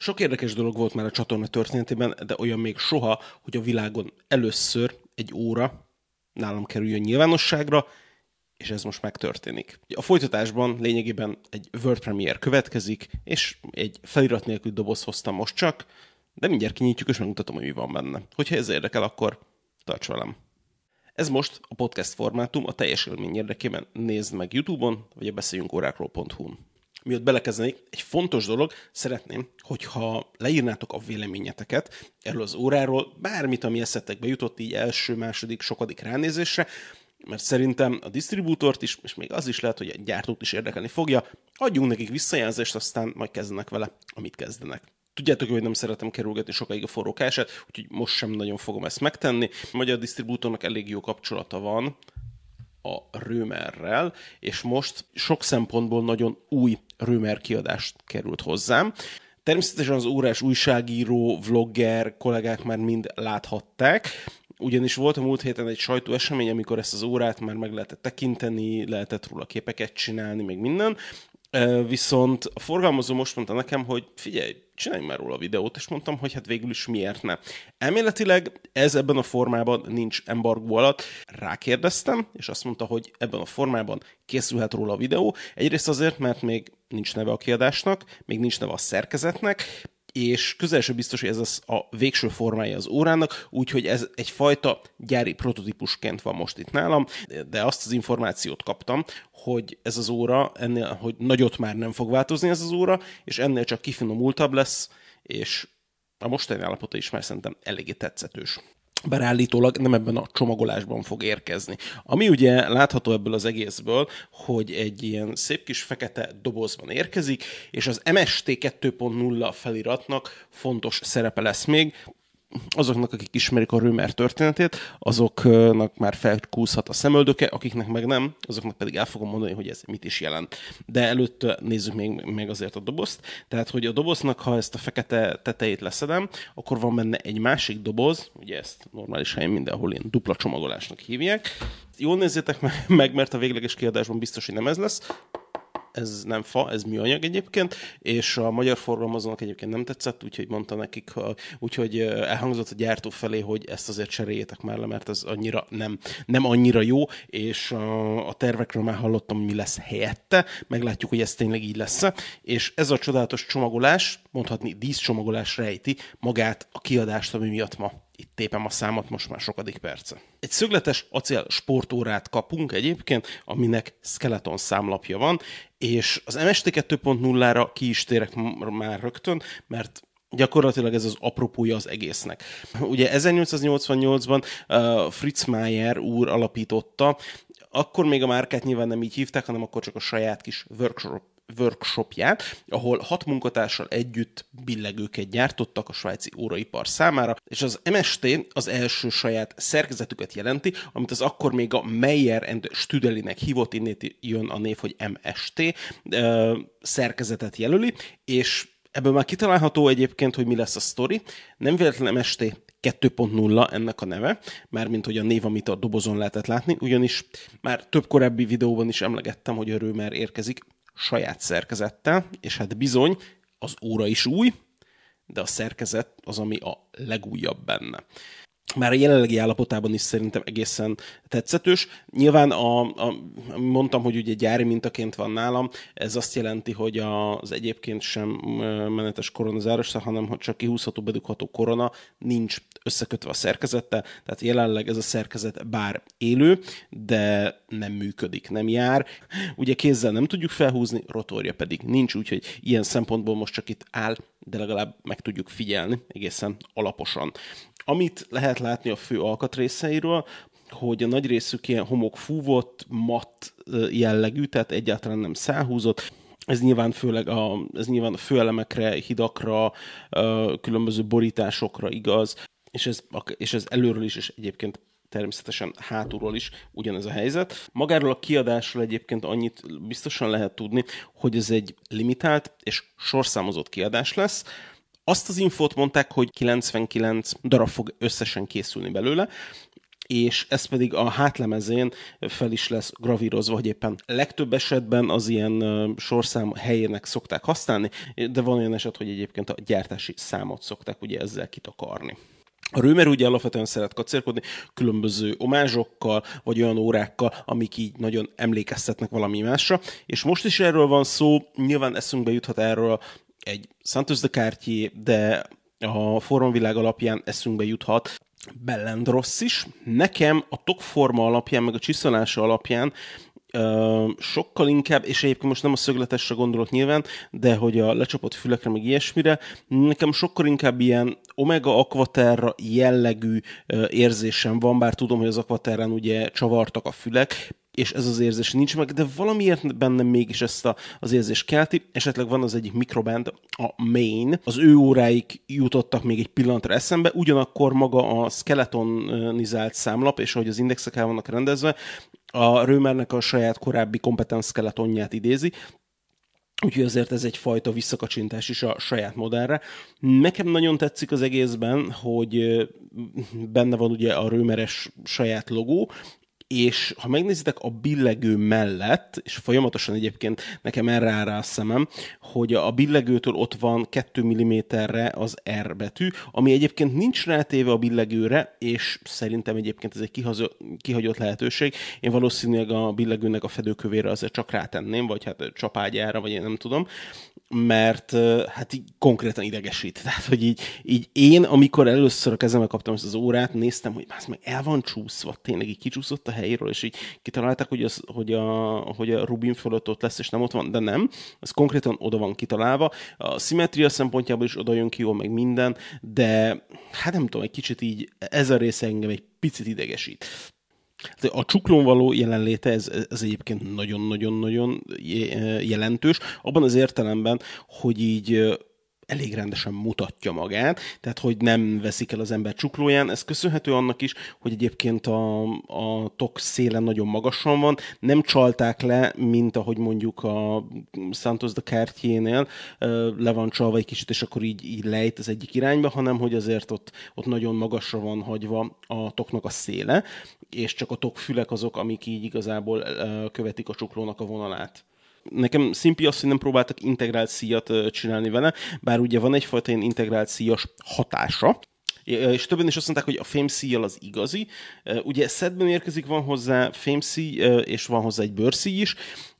Sok érdekes dolog volt már a csatorna történetében, de olyan még soha, hogy a világon először egy óra nálam kerüljön nyilvánosságra, és ez most megtörténik. A folytatásban lényegében egy World Premiere következik, és egy felirat nélkül doboz hoztam most csak, de mindjárt kinyitjuk, és megmutatom, hogy mi van benne. Hogyha ez érdekel, akkor tarts velem. Ez most a podcast formátum, a teljes élmény érdekében nézd meg YouTube-on, vagy a beszéljünkórákról.hu-n. Miatt belekezdenék, egy fontos dolog, szeretném, hogyha leírnátok a véleményeteket erről az óráról, bármit, ami eszetekbe jutott így első, második, sokadik ránézésre, mert szerintem a disztribútort is, és még az is lehet, hogy a gyártót is érdekelni fogja, adjunk nekik visszajelzést, aztán majd kezdenek vele, amit kezdenek. Tudjátok, hogy nem szeretem kerülgetni sokáig a forrókását, úgyhogy most sem nagyon fogom ezt megtenni. A magyar disztribútornak elég jó kapcsolata van a Römerrel, és most sok szempontból nagyon új Römer kiadást került hozzám. Természetesen az órás újságíró, vlogger kollégák már mind láthatták, ugyanis volt a múlt héten egy sajtóesemény, amikor ezt az órát már meg lehetett tekinteni, lehetett róla képeket csinálni, még minden. Viszont a forgalmazó most mondta nekem, hogy figyelj, csinálj már róla a videót, és mondtam, hogy hát végül is miért ne. Elméletileg ez ebben a formában nincs embargó alatt. Rákérdeztem, és azt mondta, hogy ebben a formában készülhet róla a videó. Egyrészt azért, mert még nincs neve a kiadásnak, még nincs neve a szerkezetnek, és közel sem biztos, hogy ez az a végső formája az órának, úgyhogy ez egyfajta gyári prototípusként van most itt nálam, de azt az információt kaptam, hogy ez az óra, ennél, hogy nagyot már nem fog változni ez az óra, és ennél csak kifinomultabb lesz, és a mostani állapota is már szerintem eléggé tetszetős. Bár állítólag nem ebben a csomagolásban fog érkezni. Ami ugye látható ebből az egészből, hogy egy ilyen szép kis fekete dobozban érkezik, és az MST 2.0 feliratnak fontos szerepe lesz még. Azoknak, akik ismerik a Römer történetét, azoknak már felkúszhat a szemöldöke, akiknek meg nem, azoknak pedig el fogom mondani, hogy ez mit is jelent. De előtt nézzük még azért a dobozt. Tehát, hogy a doboznak, ha ezt a fekete tetejét leszedem, akkor van benne egy másik doboz, ugye ezt normális helyen mindenhol ilyen dupla csomagolásnak hívják. Jól nézzétek meg, mert a végleges kiadásban biztos, hogy nem ez lesz. Ez nem fa, ez műanyag egyébként, és a magyar forgalmazónak egyébként nem tetszett, úgyhogy mondta nekik, úgyhogy elhangzott a gyártó felé, hogy ezt azért cseréljétek már le, mert ez annyira nem annyira jó, és a tervekről már hallottam, hogy mi lesz helyette, meglátjuk, hogy ez tényleg így lesz. És ez a csodálatos csomagolás, mondhatni díszcsomagolás rejti magát a kiadást, ami miatt ma itt tépem a számot most már sokadik perce. Egy szögletes acél sportórát kapunk egyébként, aminek skeleton számlapja van, és az MST 2.0-ra ki is térek már rögtön, mert gyakorlatilag ez az apropója az egésznek. Ugye 1888-ban Fritz Mayer úr alapította, akkor még a márkát nyilván nem így hívták, hanem akkor csak a saját kis workshopját, ahol 6 munkatársal együtt billegőket gyártottak a svájci óraipar számára, és az MST az első saját szerkezetüket jelenti, amit az akkor még a Meyer and Stüdelinek hívott, innét jön a név, hogy MST szerkezetet jelöli, és ebből már kitalálható egyébként, hogy mi lesz a sztori. Nem véletlen MST 2.0 ennek a neve, mármint hogy a név, amit a dobozon lehetett látni, ugyanis már több korábbi videóban is emlegettem, hogy a Römer érkezik saját szerkezettel, és hát bizony, az óra is új, de a szerkezet az, ami a legújabb benne. Már a jelenlegi állapotában is szerintem egészen tetszetős. Nyilván, mondtam, hogy ugye gyári mintaként van nálam, ez azt jelenti, hogy az egyébként sem menetes koronazárosra, hanem hogy csak kihúzható, bedugható korona nincs összekötve a szerkezettel, tehát jelenleg ez a szerkezet bár élő, de nem működik, nem jár. Ugye kézzel nem tudjuk felhúzni, rotorja pedig nincs, úgyhogy ilyen szempontból most csak itt áll, de legalább meg tudjuk figyelni egészen alaposan. Amit lehet látni a fő alkatrészeiről, hogy a nagy részük ilyen homokfúvott, matt jellegű, tehát egyáltalán nem szálhúzott. Ez nyilván főleg a főelemekre, hidakra, különböző borításokra igaz, és ez előről is, és egyébként természetesen hátulról is ugyanez a helyzet. Magáról a kiadásról egyébként annyit biztosan lehet tudni, hogy ez egy limitált és sorszámozott kiadás lesz. Azt az infót mondták, hogy 99 darab fog összesen készülni belőle, és ez pedig a hátlemezén fel is lesz gravírozva, hogy éppen legtöbb esetben az ilyen sorszám helyének szokták használni, de van olyan eset, hogy egyébként a gyártási számot szokták ugye ezzel kitakarni. A Römer ugye alapvetően szeret kacérkodni különböző omázsokkal, vagy olyan órákkal, amik így nagyon emlékeztetnek valami másra, és most is erről van szó, nyilván eszünkbe juthat erről egy Santos de Cartier, de a formavvilág alapján eszünkbe juthat Bell & Ross is. Nekem a tokforma alapján, meg a csiszolása alapján sokkal inkább, és egyébként most nem a szögletesre gondolok nyilván, de hogy a lecsapott fülekre, meg ilyesmire, nekem sokkal inkább ilyen Omega Aquaterra jellegű érzésem van, bár tudom, hogy az Aquaterrán ugye csavartak a fülek, és ez az érzés nincs meg, de valamiért bennem mégis ezt az érzést kelti. Esetleg van az egyik mikroband, a Main. Az ő óráik jutottak még egy pillanatra eszembe, ugyanakkor maga a skeletonizált számlap, és ahogy az indexek el vannak rendezve, a Römernek a saját korábbi kompetens skeletonját idézi, úgyhogy azért ez egyfajta visszakacsintás is a saját modellre. Nekem nagyon tetszik az egészben, hogy benne van ugye a Römeres saját logó, és ha megnézitek a billegő mellett, és folyamatosan egyébként nekem erre áll rá a szemem, hogy a billegőtől ott van 2 mm-re az R betű, ami egyébként nincs rátéve a billegőre, és szerintem egyébként ez egy kihagyott lehetőség. Én valószínűleg a billegőnek a fedőkövére azért csak rátenném, vagy hát csapágyára, vagy én nem tudom, mert hát így konkrétan idegesít. Tehát, hogy így én, amikor először a kezembe kaptam ezt az órát, néztem, hogy meg el van csúszva, tényleg így kicsúszott a helyéről, és így kitalálták, hogy a Rubin fölött ott lesz, és nem ott van, de nem. Ez konkrétan oda van kitalálva. A szimmetria szempontjából is oda jön ki jól, meg minden, de hát nem tudom, egy kicsit így ez a része engem egy picit idegesít. A csuklón való jelenléte, ez egyébként nagyon-nagyon-nagyon jelentős, abban az értelemben, hogy így elég rendesen mutatja magát, tehát hogy nem veszik el az ember csuklóján. Ez köszönhető annak is, hogy egyébként a tok széle nagyon magasan van, nem csalták le, mint ahogy mondjuk a Santos de Cartier-nél le van csalva egy kicsit, és akkor így lejt az egyik irányba, hanem hogy azért ott nagyon magasra van hagyva a toknak a széle, és csak a tokfülek azok, amik így igazából követik a csuklónak a vonalát. Nekem szimpi az, hogy nem próbáltak integrált szíjat csinálni vele, bár ugye van egyfajta ilyen integrált szíjas hatása, és többen is azt mondták, hogy a fémszíjjal az igazi. Ugye szedben érkezik, van hozzá fémszíj, és van hozzá egy bőrszíj is.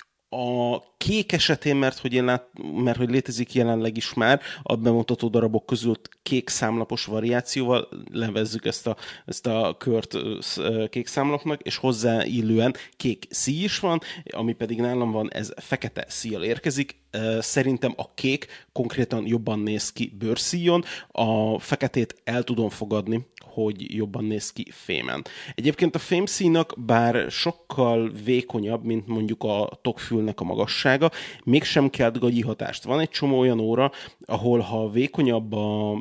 A kék esetén, mert hogy létezik jelenleg is már, a bemutató darabok közül kék számlapos variációval levezzük ezt a kört kék számlapnak, és hozzáillően kék szíj is van, ami pedig nálam van, ez fekete szíjjal érkezik. Szerintem a kék konkrétan jobban néz ki bőrszíjon, a feketét el tudom fogadni, hogy jobban néz ki fémen. Egyébként a fémszíjnak bár sokkal vékonyabb, mint mondjuk a tokfülnek a magassága, mégsem kelt gagyi hatást. Van egy csomó olyan óra, ahol ha vékonyabb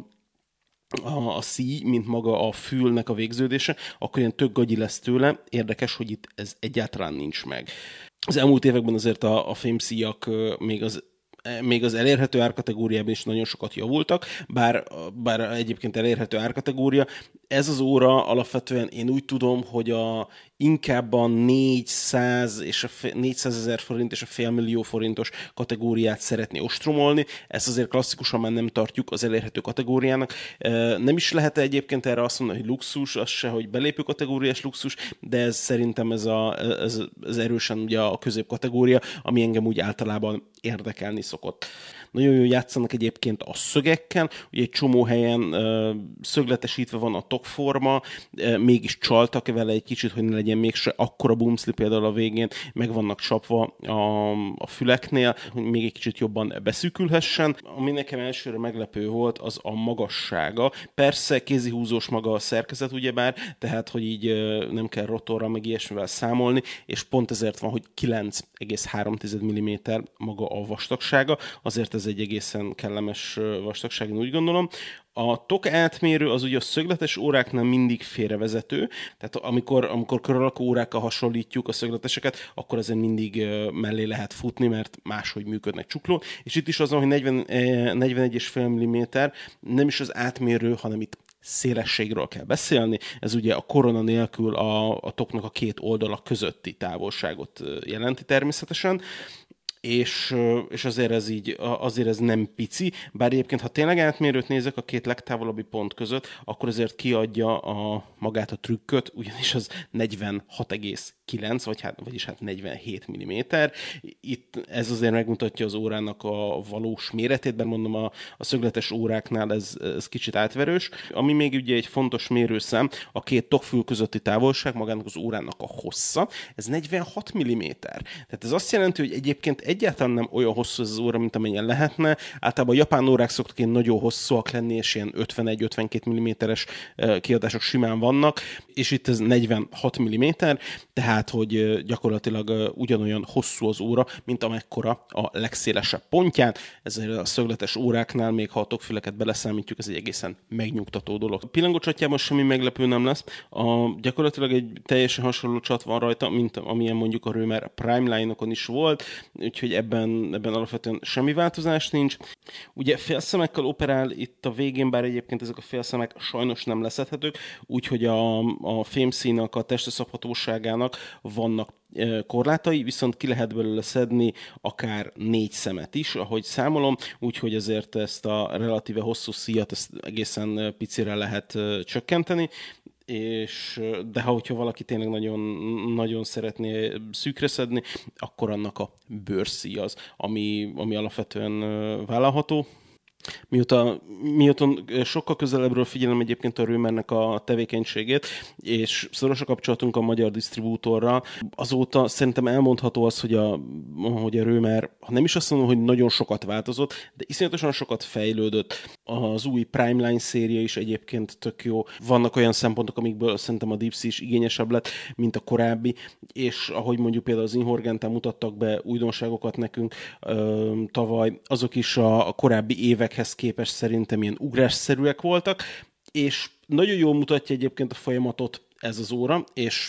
a szíj, mint maga a fülnek a végződése, akkor ilyen tök gagyi lesz tőle. Érdekes, hogy itt ez egyáltalán nincs meg. Az elmúlt években azért a fémszíjak még az elérhető árkategóriában is nagyon sokat javultak, bár egyébként elérhető árkategória. Ez az óra alapvetően én úgy tudom, hogy inkább a 400 000 forint és a $500,000 forintos kategóriát szeretné ostromolni. Ezt azért klasszikusan már nem tartjuk az elérhető kategóriának. Nem is lehet egyébként erre azt mondani, hogy luxus, az se, hogy belépő kategóriás luxus, de ez szerintem ez erősen ugye a középkategória, ami engem úgy általában érdekelni szokott. Nagyon jól játszanak egyébként a szögekkel, ugye egy csomó helyen szögletesítve van a tokforma, mégis csaltak vele egy kicsit, hogy ne legyen mégse akkora bumszli például a végén, meg vannak csapva a füleknél, hogy még egy kicsit jobban beszűkülhessen. Ami nekem elsőre meglepő volt, az a magassága. Persze kézihúzós maga a szerkezet ugyebár, tehát hogy így nem kell rotorral meg ilyesmivel számolni, és pont ezért van, hogy 9,3 mm maga a vastagsága, azért ez egy egészen kellemes vastagság, én úgy gondolom. A tok átmérő az ugye a szögletes óráknál mindig félrevezető, tehát amikor kör alakú órákkal hasonlítjuk a szögleteseket, akkor azért mindig mellé lehet futni, mert máshogy működnek csuklón. És itt is az van, hogy 41,5 mm nem is az átmérő, hanem itt szélességről kell beszélni. Ez ugye a korona nélkül a toknak a két oldala közötti távolságot jelenti természetesen. És azért ez nem pici, bár egyébként, ha tényleg átmérőt nézek a két legtávolabbi pont között, akkor azért kiadja magát a trükköt, ugyanis az 46,9, vagyis 47 mm. Itt ez azért megmutatja az órának a valós méretét, bár mondom, a szögletes óráknál ez kicsit átverős. Ami még ugye egy fontos mérőszám, a két tokfül közötti távolság, magának az órának a hossza, ez 46 mm. Tehát ez azt jelenti, hogy egyébként egyáltalán nem olyan hosszú ez az óra, mint amennyien lehetne. Általában a japán órák szoktak ilyen nagyon hosszúak lenni, és ilyen 51-52 mm-es kiadások simán vannak, és itt ez 46 mm, tehát hogy gyakorlatilag ugyanolyan hosszú az óra, mint amekkora a legszélesebb pontján. Ezért a szögletes óráknál, még ha a tokfüleket beleszámítjuk, ez egy egészen megnyugtató dolog. A pillangócsatjában semmi meglepő nem lesz. Gyakorlatilag egy teljesen hasonló csat van rajta, mint amilyen mondjuk a Römer Prime Line-okon is volt, úgyhogy ebben alapvetően semmi változás nincs. Ugye félszemekkel operál itt a végén, bár egyébként ezek a félszemek sajnos nem leszedhetők, úgyhogy a fémszínak, a testeszabhatóságának vannak korlátai, viszont ki lehet belőle szedni akár 4 szemet is, ahogy számolom, úgyhogy ezért ezt a relatíve hosszú szíjat ezt egészen picire lehet csökkenteni, de hogyha valaki tényleg nagyon, nagyon szeretné szűkre szedni, akkor annak a bőrszíj az, ami alapvetően vállalható. Mióta sokkal közelebbről figyelem egyébként a Römernek a tevékenységét, és szoros a kapcsolatunk a magyar disztribútorral, azóta szerintem elmondható az, hogy a Römer, ha nem is azt mondom, hogy nagyon sokat változott, de iszonyatosan sokat fejlődött. Az új Prime Line széria is egyébként tök jó. Vannak olyan szempontok, amikből szerintem a Deep Sea is igényesebb lett, mint a korábbi, és ahogy mondjuk például az Inhorgentán mutattak be újdonságokat nekünk tavaly, azok is a korábbi évekhez képest szerintem ilyen ugrásszerűek voltak, és nagyon jól mutatja egyébként a folyamatot ez az óra,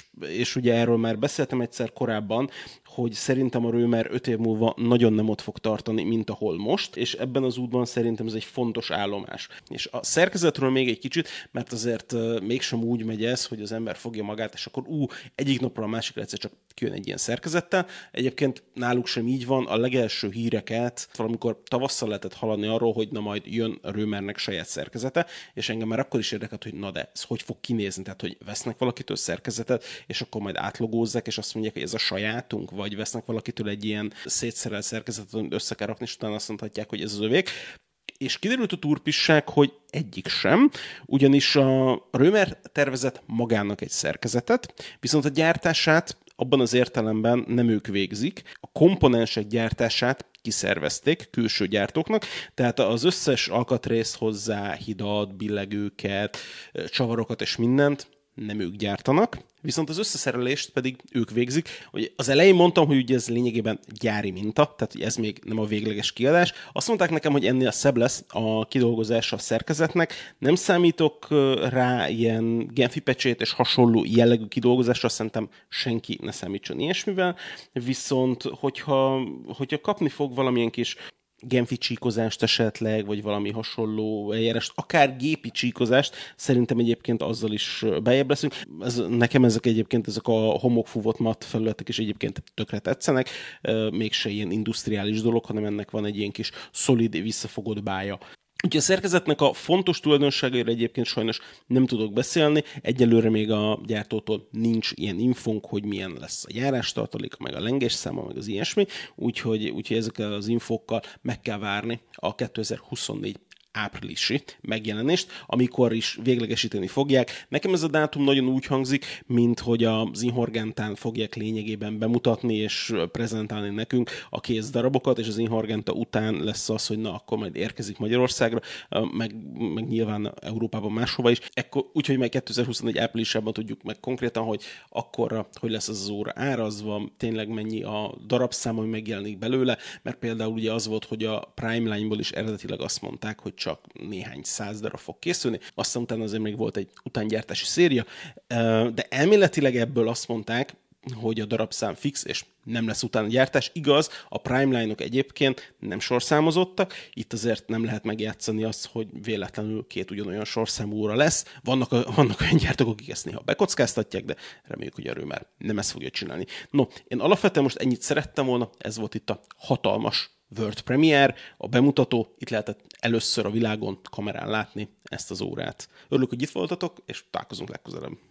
és ugye erről már beszéltem egyszer korábban, hogy szerintem a Römer 5 év múlva nagyon nem ott fog tartani, mint ahol most, és ebben az útban szerintem ez egy fontos állomás. És a szerkezetről még egy kicsit, mert azért mégsem úgy megy ez, hogy az ember fogja magát, és akkor egyik napról a másikra egyszer csak kijön egy ilyen szerkezettel. Egyébként náluk sem így van, a legelső híreket valamikor tavasszal lehetett hallani arról, hogy na majd jön a Römernek saját szerkezete, és engem már akkor is érdekelt, hogy na de ez hogy fog kinézni, tehát hogy vesznek valakitől szerkezetet, és akkor majd átlogózzák, és azt mondják, hogy ez a sajátunk, vagy vesznek valakitől egy ilyen szétszerelt szerkezetet, amit össze kell rakni, és utána azt mondhatják, hogy ez az övék. És kiderült a turpisság, hogy egyik sem, ugyanis a Römer tervezett magának egy szerkezetet, viszont a gyártását abban az értelemben nem ők végzik. A komponensek gyártását kiszervezték külső gyártóknak, tehát az összes alkatrészt hozzá, hidat, billegőket, csavarokat és mindent nem ők gyártanak, viszont az összeszerelést pedig ők végzik. Az elején mondtam, hogy ugye ez lényegében gyári minta, tehát ez még nem a végleges kiadás. Azt mondták nekem, hogy ennél szebb lesz a kidolgozása a szerkezetnek. Nem számítok rá ilyen Genfi pecsét és hasonló jellegű kidolgozásra, szerintem senki ne számítson ilyesmivel. Viszont, hogyha kapni fog valamilyen kis Genfi csíkozást esetleg, vagy valami hasonló eljárást, akár gépi csíkozást, szerintem egyébként azzal is bejebb leszünk. Nekem ezek a homokfúvott matt felületek is egyébként tökre tetszenek, mégse ilyen industriális dolog, hanem ennek van egy ilyen kis szolid, visszafogott bája. Úgyhogy a szerkezetnek a fontos tulajdonságaira egyébként sajnos nem tudok beszélni, egyelőre még a gyártótól nincs ilyen infónk, hogy milyen lesz a járástartalék, meg a lengésszáma, meg az ilyesmi, úgyhogy ezekkel az infókkal meg kell várni a 2024 áprilisi megjelenést, amikor is véglegesíteni fogják. Nekem ez a dátum nagyon úgy hangzik, mint hogy az Inhorgentán fogják lényegében bemutatni és prezentálni nekünk a kész darabokat, és az Inhorgenta után lesz az, hogy na, akkor majd érkezik Magyarországra, meg nyilván Európában máshova is. Úgyhogy meg 2024 áprilisában tudjuk meg konkrétan, hogy akkorra, hogy lesz az óra árazva, tényleg mennyi a darabszám, ami megjelenik belőle, mert például ugye az volt, hogy a Prime Line-ból is eredetileg azt mondták, hogy csak néhány száz darab fog készülni, aztán utána azért még volt egy utángyártási széria, de elméletileg ebből azt mondták, hogy a darabszám fix, és nem lesz utána gyártás. Igaz, a Prime Line-ok egyébként nem sorszámozottak, itt azért nem lehet megjátszani azt, hogy véletlenül 2 ugyanolyan sorszámú óra lesz. Vannak olyan gyártók, akik ezt néha bekockáztatják, de reméljük, hogy erről már nem ezt fogja csinálni. No, én alapvetően most ennyit szerettem volna, ez volt itt a hatalmas World Premiere, a bemutató, itt lehetett először a világon kamerán látni ezt az órát. Örülök, hogy itt voltatok, és találkozunk legközelebb.